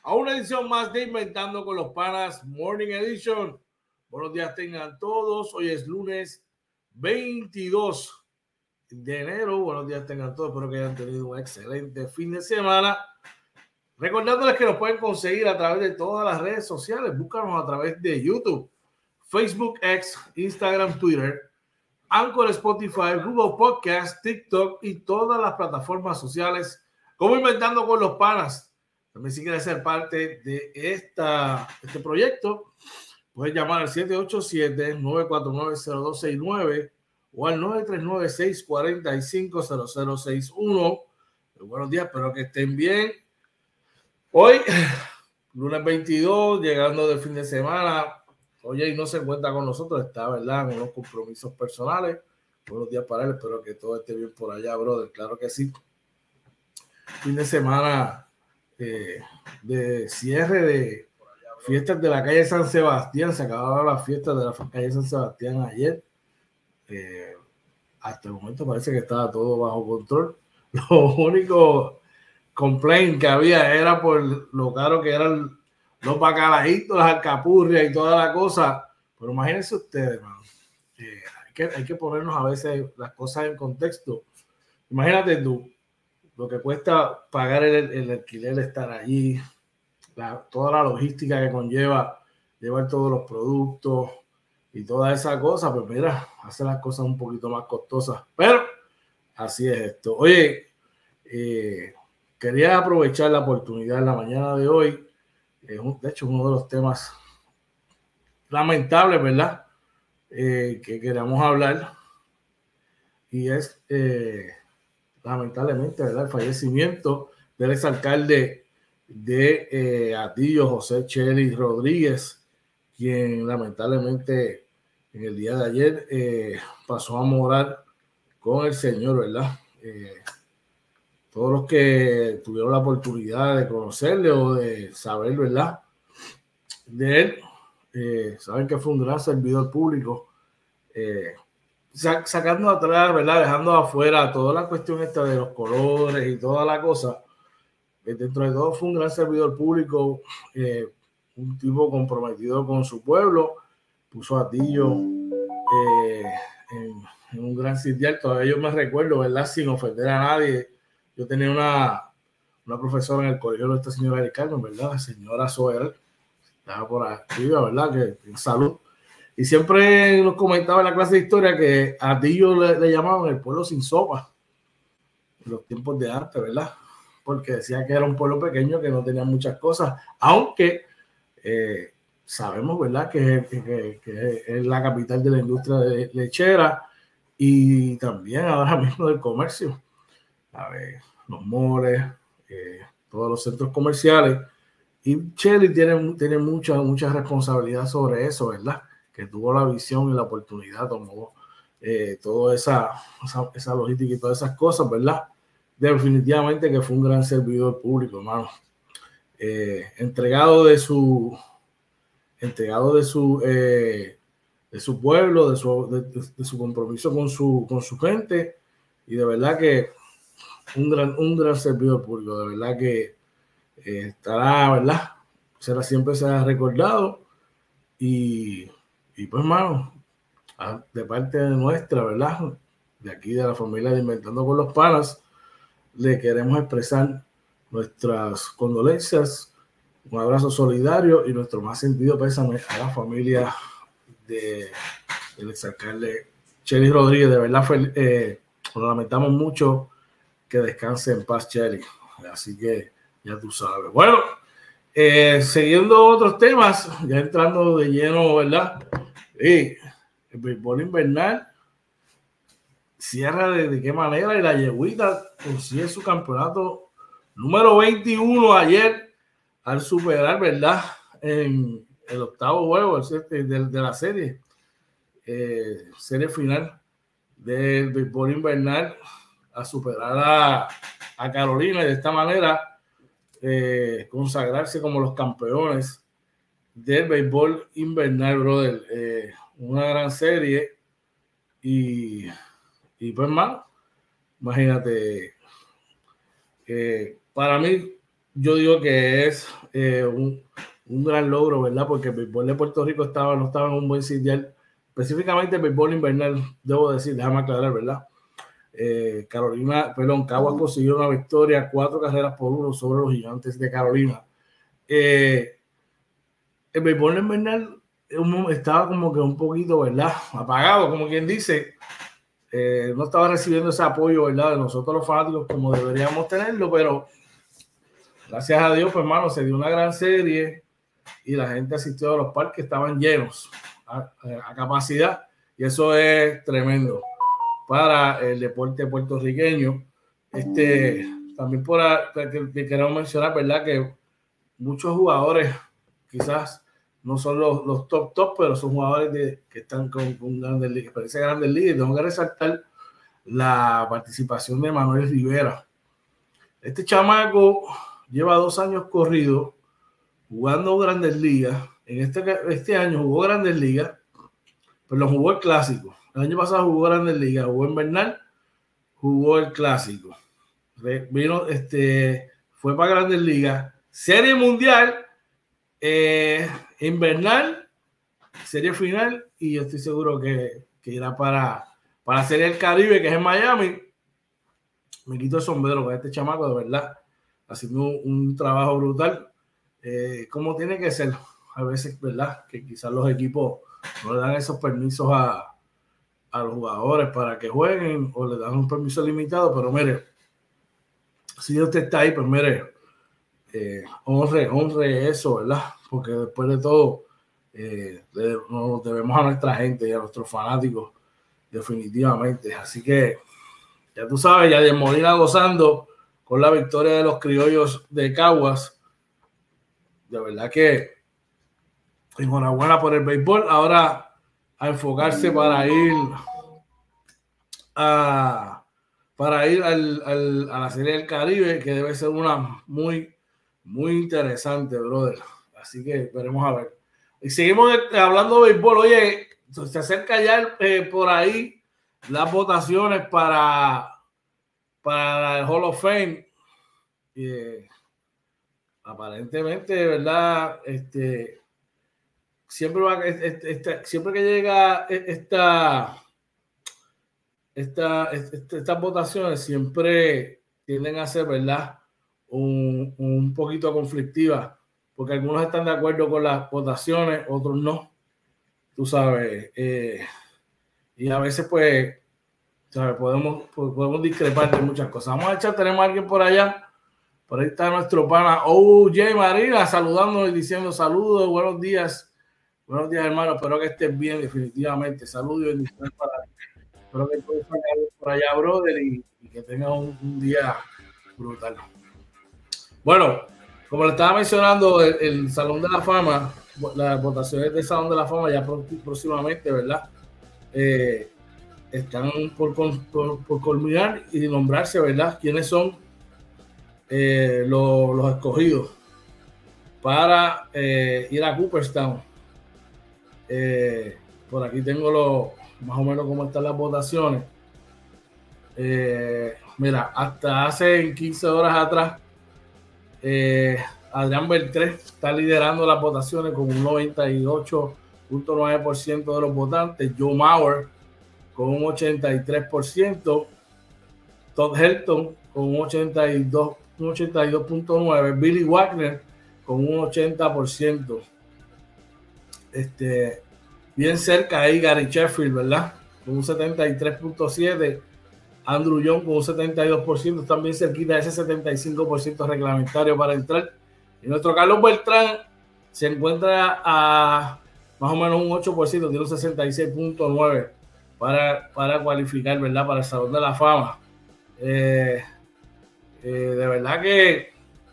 a una edición más de Inventando con los Panas Morning Edition. Buenos días tengan todos. Hoy es lunes 22 de enero. Buenos días tengan todos. Espero que hayan tenido un excelente fin de semana. Recordándoles que nos pueden conseguir a través de todas las redes sociales. Búscanos a través de YouTube, Facebook, X, Instagram, Twitter, Anchor, Spotify, Google Podcast, TikTok y todas las plataformas sociales como Inventando con los Panas. También si quieres ser parte de este proyecto, puedes llamar al 787-949-0269 o al 939-645-0061. Buenos días, espero que estén bien. Hoy, lunes 22, llegando del fin de semana. Oye, y no se encuentra con nosotros, está, ¿verdad?, en unos compromisos personales. Buenos días para él, espero que todo esté bien por allá, brother. Claro que sí. Fin de semana de cierre de fiestas de la calle San Sebastián. Se acabaron las fiestas de la calle San Sebastián ayer. Hasta el momento parece que estaba todo bajo control. Lo único complaint que había era por lo caro que eran los bacalaitos, las alcapurrias y toda la cosa. Pero imagínense ustedes, man. Hay que ponernos a veces las cosas en contexto. Imagínate tú lo que cuesta pagar el alquiler, estar allí, toda la logística que conlleva llevar todos los productos y toda esa cosa. Pues mira, hace las cosas un poquito más costosas, pero así es esto. Oye, quería aprovechar la oportunidad en la mañana de hoy. De hecho, uno de los temas lamentables, ¿verdad?, que queramos hablar, y es lamentablemente, ¿verdad?, el fallecimiento del exalcalde de Atillo, José Chely Rodríguez, quien lamentablemente en el día de ayer pasó a morar con el Señor, ¿verdad? Todos los que tuvieron la oportunidad de conocerle o de saber, ¿verdad?, de él, saben que fue un gran servidor público, sacando atrás, ¿verdad?, dejando afuera toda la cuestión esta de los colores y toda la cosa. Dentro de todo fue un gran servidor público, un tipo comprometido con su pueblo, puso a Atillo en un gran sitial. Todavía yo me recuerdo, ¿verdad?, sin ofender a nadie. Yo tenía una profesora en el colegio de esta señora del Carmen, ¿verdad?, la señora Soer, estaba por aquí, ¿verdad?, que en salud. Y siempre nos comentaba en la clase de historia que a Atillo le llamaban el pueblo sin sopa en los tiempos de antes, ¿verdad?, porque decía que era un pueblo pequeño que no tenía muchas cosas, aunque sabemos, ¿verdad?, que es la capital de la industria lechera y también ahora mismo del comercio. A ver, los moles, todos los centros comerciales. Y Chely tiene mucha responsabilidad sobre eso, ¿verdad?, que tuvo la visión y la oportunidad, tomó toda esa logística y todas esas cosas, ¿verdad? Definitivamente que fue un gran servidor público, hermano. Entregado de su pueblo, de su compromiso con su gente, y de verdad que un gran servidor público, de verdad que estará, ¿verdad?, siempre será recordado. Y pues, hermano, de parte de nuestra, ¿verdad?, de aquí de la familia de Inventando con los Panas, le queremos expresar nuestras condolencias, un abrazo solidario y nuestro más sentido pésame a la familia del exalcalde Chely Rodríguez. De verdad, lo lamentamos mucho. Que descanse en paz, Chely. Así que ya tú sabes. Bueno, siguiendo otros temas, ya entrando de lleno, ¿verdad? El béisbol invernal cierra de qué manera, y la Yegüita consigue su campeonato número 21 ayer al superar, ¿verdad?, en el octavo juego de la serie final del béisbol invernal, a superar a Carolina y de esta manera consagrarse como los campeones del béisbol invernal, brother. Una gran serie y pues, más, imagínate, para mí yo digo que es un gran logro, ¿verdad? Porque el béisbol de Puerto Rico no estaba en un buen sitial, específicamente el béisbol invernal, debo decir, déjame aclarar, ¿verdad? Caguas consiguió una victoria, 4-1 sobre los Gigantes de Carolina. El béisbol invernal estaba como que un poquito, ¿verdad? Apagado, como quien dice. No estaba recibiendo ese apoyo, ¿verdad? De nosotros los fanáticos como deberíamos tenerlo, pero gracias a Dios, pues hermano, se dio una gran serie y la gente asistió a los parques, estaban llenos a capacidad y eso es tremendo para el deporte puertorriqueño. También que queremos mencionar, ¿verdad? Que muchos jugadores quizás no son los top, pero son jugadores que están con grandes ligas, parece grandes ligas. Tengo que resaltar la participación de Manuel Rivera. Este chamaco lleva 2 años corridos jugando grandes ligas. Este año jugó grandes ligas, pero jugó el clásico. El año pasado jugó grandes ligas, jugó invernal, jugó el clásico. Vino, fue para grandes ligas, serie mundial, invernal, serie final, y yo estoy seguro que irá para la serie del Caribe, que es en Miami. Me quito el sombrero con este chamaco, de verdad, haciendo un trabajo brutal, como tiene que ser. A veces, ¿verdad? Que quizás los equipos no le dan esos permisos a los jugadores para que jueguen o le dan un permiso limitado, pero mire, si usted está ahí, pues mire, honre eso, ¿verdad? Porque después de todo, nos debemos a nuestra gente y a nuestros fanáticos, definitivamente. Así que, ya tú sabes, Yadier Molina gozando con la victoria de los criollos de Caguas. De verdad que enhorabuena por el béisbol. Ahora a enfocarse para ir a la Serie del Caribe, que debe ser una muy, muy interesante, brother. Así que veremos a ver. Y seguimos hablando de béisbol. Oye, se acerca ya por ahí las votaciones para el Hall of Fame. Aparentemente, ¿verdad? Siempre que llega estas votaciones siempre tienden a ser, ¿verdad? Un poquito conflictivas, porque algunos están de acuerdo con las votaciones, otros no, tú sabes, y a veces pues, ¿sabes? Podemos discrepar de muchas cosas. Vamos a echar, tenemos a alguien por allá. Por ahí está nuestro pana OJ Marina saludándonos y diciendo saludos, buenos días, hermano, espero que estés bien, definitivamente. Saludos y bendiciones para ti. Espero que todo salga bien por allá, brother, y que tengas un día brutal. Bueno, como le estaba mencionando, el Salón de la Fama, las votaciones del Salón de la Fama ya próximamente, ¿verdad? Están por culminar y nombrarse, ¿verdad? ¿Quiénes son los escogidos para ir a Cooperstown? Por aquí tengo más o menos cómo están las votaciones. Mira, hasta hace 15 horas atrás, Adrián Beltré está liderando las votaciones con un 98.9% de los votantes. Joe Mauer con un 83%. Todd Helton con un 82.9%. Billy Wagner con un 80%. Bien cerca ahí Gary Sheffield, ¿verdad? Con un 73.7%. Andrew Young con un 72%, también cerquita de ese 75% reglamentario para entrar. Y nuestro Carlos Beltrán se encuentra a más o menos un 8%, tiene un 66.9% para cualificar, ¿verdad? Para el Salón de la Fama. De verdad que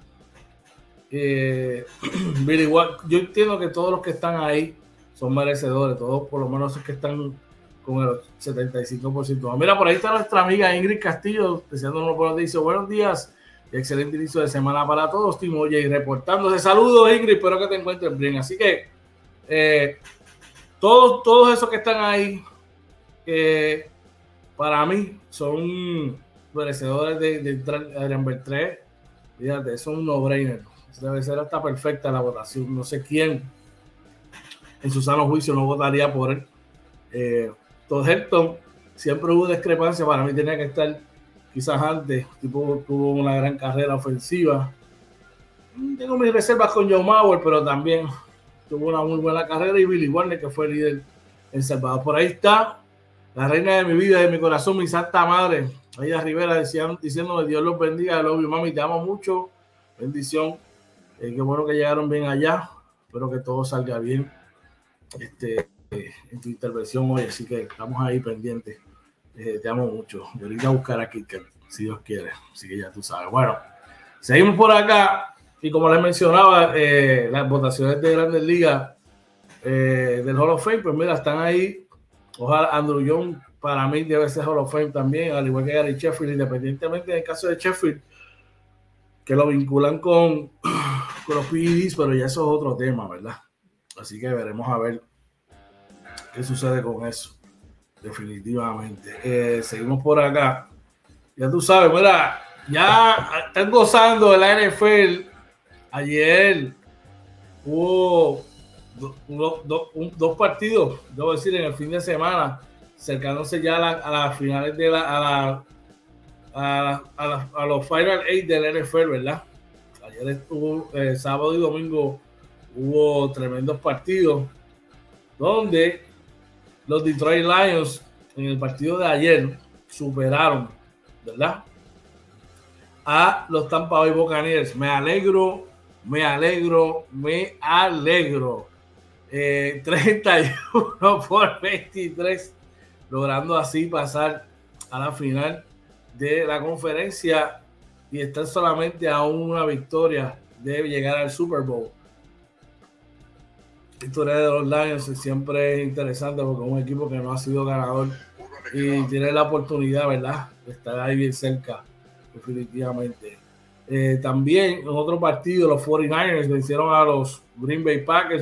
Billy Watt, yo entiendo que todos los que están ahí son merecedores, todos por lo menos los que están con el 75%. Mira, por ahí está nuestra amiga Ingrid Castillo, deseándonos buenos días. Buenos días y excelente inicio de semana para todos. Timo Oye, reportándose. Saludos, Ingrid, espero que te encuentres bien. Así que todos esos que están ahí, para mí, son merecedores de entrar a Adrián Beltré, Fíjate, eso es un no-brainer. Debe ser hasta perfecta la votación. No sé quién en su sano juicio no votaría por él. Todd Helton, siempre hubo discrepancia. Para mí tenía que estar quizás antes. Tipo, tuvo una gran carrera ofensiva. Tengo mis reservas con Joe Mauer, pero también tuvo una muy buena carrera. Y Billy Warner, que fue el líder en Salvador. Por ahí está la reina de mi vida, de mi corazón, mi santa madre, Aida Rivera, diciéndome Dios los bendiga, love you, mami, te amo mucho, bendición, qué bueno que llegaron bien allá, espero que todo salga bien en tu intervención hoy, así que estamos ahí pendientes, te amo mucho, y ahorita a buscar a Kicker, si Dios quiere, así que ya tú sabes. Bueno, seguimos por acá, y como les mencionaba, las votaciones de Grandes Ligas del Hall of Fame, pues mira, están ahí. Ojalá Andrew Young para mí debe ser Hall of Fame también, al igual que Gary Sheffield, independientemente del caso de Sheffield, que lo vinculan con los PEDs, pero ya eso es otro tema, ¿verdad? Así que veremos a ver qué sucede con eso, definitivamente. Seguimos por acá. Ya tú sabes, mira, ya están gozando de la NFL. Ayer hubo dos partidos, debo decir, en el fin de semana, cercándose ya a las finales de a los Final 8 del NFL, ¿verdad? Ayer estuvo, sábado y domingo hubo tremendos partidos donde los Detroit Lions en el partido de ayer superaron, ¿verdad?, a los Tampa Bay Buccaneers. Me alegro. 31-23, logrando así pasar a la final de la conferencia y estar solamente a una victoria de llegar al Super Bowl. La historia de los Lions siempre es interesante porque es un equipo que no ha sido ganador y tiene la oportunidad, ¿verdad?, de estar ahí bien cerca, definitivamente. También en otro partido los 49ers vencieron a los Green Bay Packers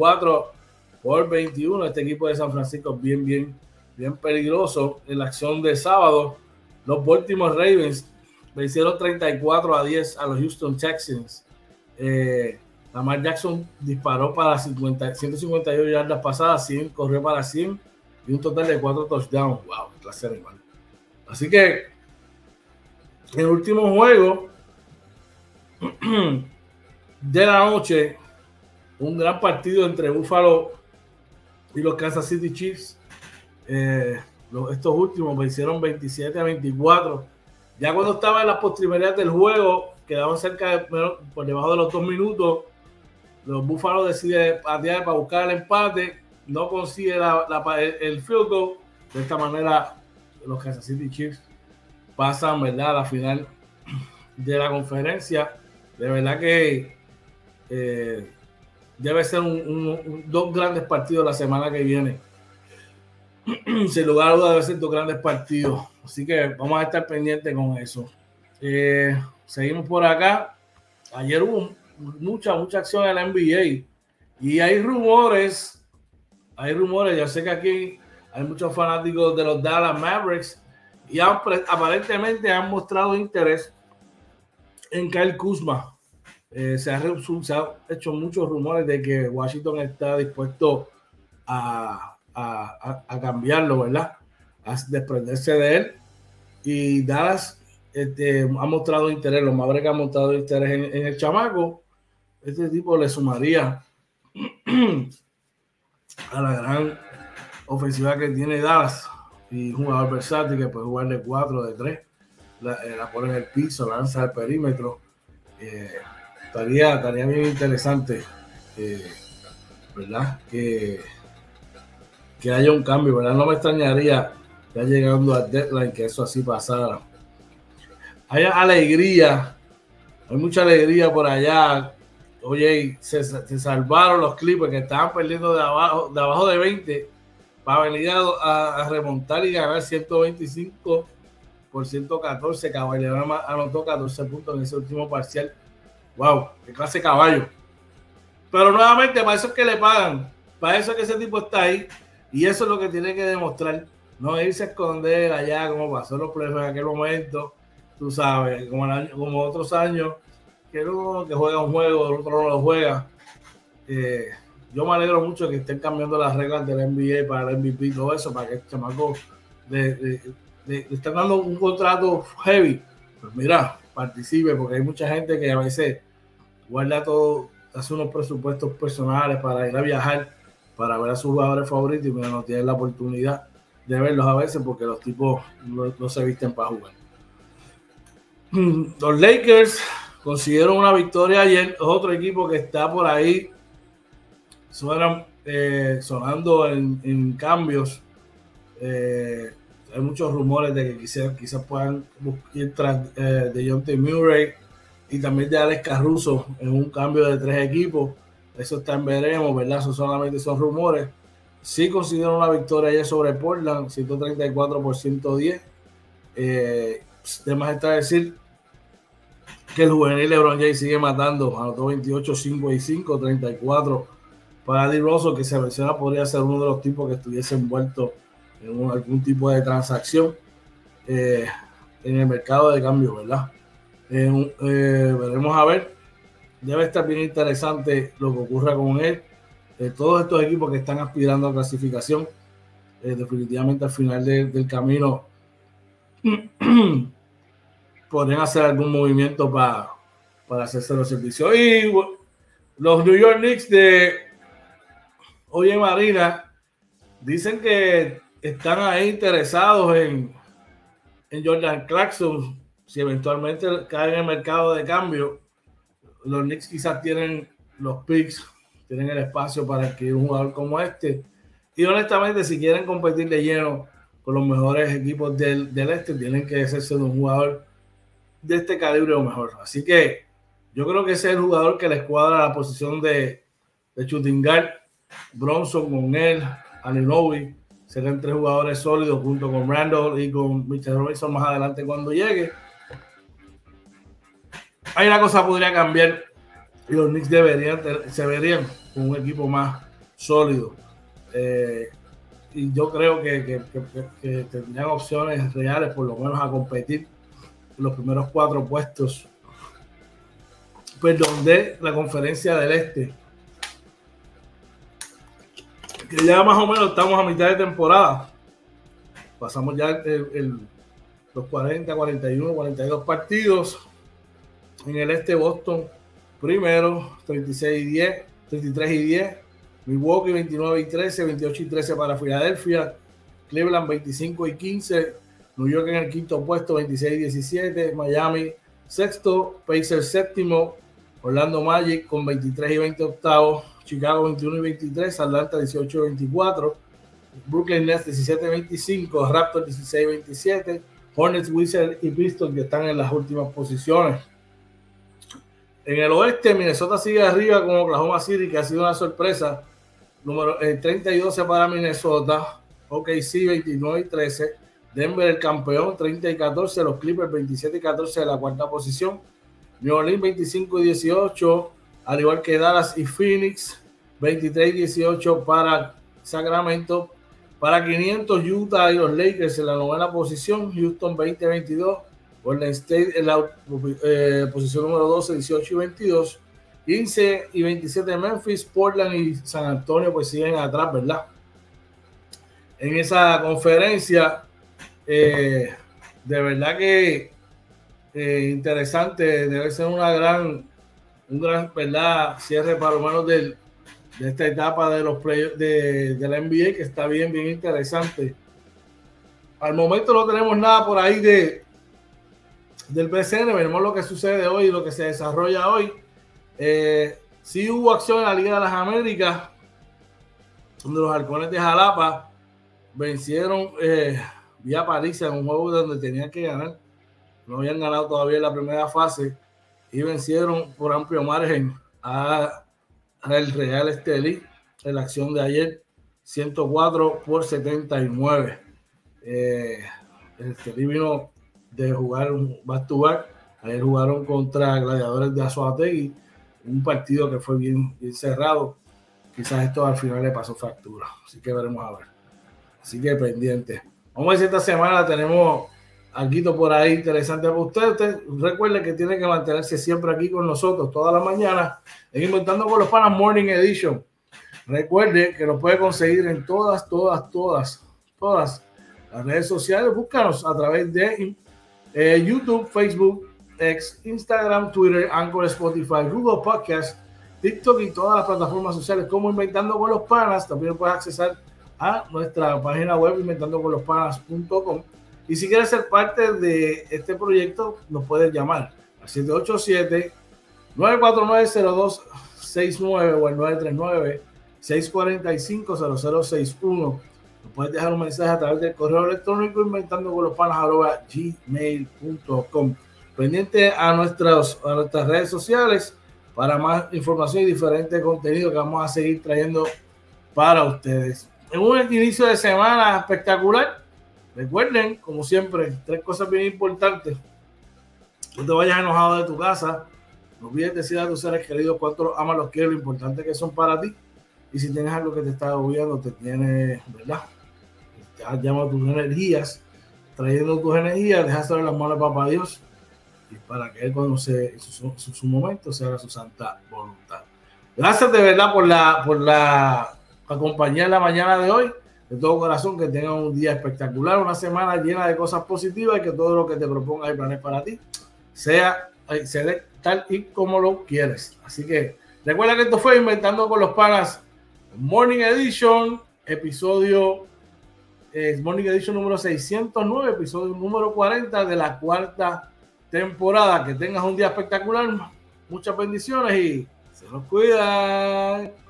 24-21. Este equipo de San Francisco bien peligroso. En la acción de sábado, los Baltimore Ravens vencieron 34-10 a los Houston Texans. Lamar Jackson disparó para 158 yardas pasadas, 100, corrió para 100 y un total de 4 touchdowns. Wow, clase animal. Así que en el último juego de la noche, un gran partido entre Buffalo y los Kansas City Chiefs. Estos últimos vencieron 27-24. Ya cuando estaba en las postrimerías del juego, quedaban cerca por debajo de los 2 minutos. Los Buffalo deciden patear para buscar el empate, no consigue el field goal. De esta manera los Kansas City Chiefs pasan, ¿verdad?, a la final de la conferencia. De verdad que debe ser dos grandes partidos la semana que viene. Sin lugar a dudas debe ser dos grandes partidos. Así que vamos a estar pendientes con eso. Seguimos por acá. Ayer hubo mucha acción en la NBA y hay rumores. Yo sé que aquí hay muchos fanáticos de los Dallas Mavericks y aparentemente han mostrado interés en Kyle Kuzma. Se ha hecho muchos rumores de que Washington está dispuesto a cambiarlo, ¿verdad?, a desprenderse de él, y Dallas ha mostrado interés, los Mavericks han mostrado interés en el chamaco. Este tipo le sumaría a la gran ofensiva que tiene Dallas, y un jugador versátil que puede jugar de 4, de 3, la pone en el piso, lanza al perímetro. Estaría bien interesante, ¿verdad?, que haya un cambio, ¿verdad? No me extrañaría ya llegando al deadline que eso así pasara. Hay alegría, hay mucha alegría por allá. Oye, se salvaron los Clippers que estaban perdiendo de abajo de 20 para venir a remontar y ganar 125 por 114. Caballero anotó 14 puntos en ese último parcial. Wow, qué clase de caballo. Pero nuevamente, para eso es que le pagan, para eso es que ese tipo está ahí, y eso es lo que tiene que demostrar, no irse a esconder allá como pasó los playoffs en aquel momento, tú sabes, como otros años, que uno que juega un juego, el otro no lo juega. Yo me alegro mucho que estén cambiando las reglas del NBA para el MVP y todo eso, para que este chamaco le están dando un contrato heavy. Pues mira, participe, porque hay mucha gente que a veces guarda todo, hace unos presupuestos personales para ir a viajar, para ver a sus jugadores favoritos y mira, no tienen la oportunidad de verlos a veces porque los tipos no se visten para jugar. Los Lakers consiguieron una victoria ayer. Otro equipo que está por ahí sonando en cambios. Hay muchos rumores de que quizás puedan ir tras de DeJounte Murray y también de Alex Caruso en un cambio de 3 equipos. Eso está en veremos, ¿verdad? Eso solamente son rumores. Sí consiguieron una victoria ayer sobre Portland, 134 por 110. Además está decir que el juvenil LeBron James sigue matando, anotó 28, 5 y 5, 34 para DeRozan, que se menciona podría ser uno de los tipos que estuviese envuelto en algún tipo de transacción en el mercado de cambio, ¿verdad? Veremos a ver. Debe estar bien interesante lo que ocurra con él. Todos estos equipos que están aspirando a clasificación, definitivamente al final del camino podrían hacer algún movimiento para hacerse los servicios. Y los New York Knicks de Oye Marina dicen que están ahí interesados en Jordan Clarkson. Si eventualmente cae en el mercado de cambio, los Knicks quizás tienen los picks, tienen el espacio para adquirir un jugador como este. Y honestamente, si quieren competir de lleno con los mejores equipos del este, tienen que hacerse de un jugador de este calibre o mejor. Así que yo creo que ese es el jugador que les cuadra la posición de shooting guard. Bronson con él, Anunoby, serán 3 jugadores sólidos junto con Randall y con Mitchell Robinson más adelante cuando llegue. Ahí la cosa podría cambiar y los Knicks se verían con un equipo más sólido. Y yo creo que tendrían opciones reales por lo menos a competir en los primeros 4 puestos de la conferencia del este, que ya más o menos estamos a mitad de temporada. Pasamos ya los 40, 41, 42 partidos. En el este, Boston primero, 36 y 10, 33 y 10. Milwaukee 29 y 13, 28 y 13 para Filadelfia. Cleveland 25 y 15. New York en el quinto puesto, 26 y 17. Miami sexto. Pacers séptimo. Orlando Magic con 23 y 20 octavos. Chicago 21 y 23. Atlanta 18 y 24. Brooklyn Nets 17 y 25. Raptors 16 y 27. Hornets, Wizards y Pistons que están en las últimas posiciones. En el oeste, Minnesota sigue arriba con Oklahoma City, que ha sido una sorpresa. 30 y 12 para Minnesota. OKC 29 y 13. Denver el campeón, 30 y 14. Los Clippers 27 y 14 de la cuarta posición. New Orleans 25 y 18. Al igual que Dallas y Phoenix. 23 y 18 para Sacramento. Para 500, Utah y los Lakers en la novena posición. Houston 20 y 22. Golden State en la posición número 12, 18 y 22. 15 y 27 Memphis, Portland y San Antonio pues siguen atrás, ¿verdad? En esa conferencia, de verdad que interesante, debe ser un gran, ¿verdad? Cierre para lo menos de esta etapa de los playoffs de la NBA, que está bien interesante. Al momento no tenemos nada por ahí del BCN, veremos lo que sucede hoy y lo que se desarrolla hoy. Sí hubo acción en la Liga de las Américas, donde los Halcones de Jalapa vencieron vía paliza en un juego donde tenían que ganar. No habían ganado todavía en la primera fase y vencieron por amplio margen al Real Estelí en la acción de ayer, 104 por 79. El Estelí vino de jugar un back-to-back. Ayer jugaron contra Gladiadores de Azoategui, un partido que fue bien cerrado. Quizás esto al final le pasó factura, así que veremos a ver. Así que pendiente. Vamos a ver si esta semana tenemos algo por ahí interesante para usted. Usted recuerde que tiene que mantenerse siempre aquí con nosotros todas las mañanas en Inventando con los Panas Morning Edition. Recuerde que lo puede conseguir en todas las redes sociales. Búscanos a través de YouTube, Facebook, X, Instagram, Twitter, Anchor, Spotify, Google Podcast, TikTok y todas las plataformas sociales como Inventando con los Panas. También puedes accesar a nuestra página web inventandoconlospanas.com. Y si quieres ser parte de este proyecto, nos puedes llamar al 787-949-0269 o al 939-645-0061. Nos puedes dejar un mensaje a través del correo electrónico inventandoconlospanas@gmail.com. Pendiente a nuestras redes sociales para más información y diferente contenido que vamos a seguir trayendo para ustedes. En un inicio de semana espectacular. Recuerden, como siempre, 3 cosas bien importantes. No te vayas enojado de tu casa. No olvides decir a tus seres queridos cuánto los amas, los quieres, lo importante que son para ti. Y si tienes algo que te está agobiando, te tiene, ¿verdad? Llama a tus energías, trayendo tus energías, déjaselo en las manos de Papá Dios. Y para que Él, cuando su momento, se haga su santa voluntad. Gracias de verdad por la compañía en la mañana de hoy. De todo corazón, que tengan un día espectacular, una semana llena de cosas positivas y que todo lo que te propongas y planes para ti se dé tal y como lo quieres. Así que recuerda que esto fue Inventando con los Panas Morning Edition, Morning Edition número 609, episodio número 40 de la 4ª temporada. Que tengas un día espectacular, muchas bendiciones y se los cuidan.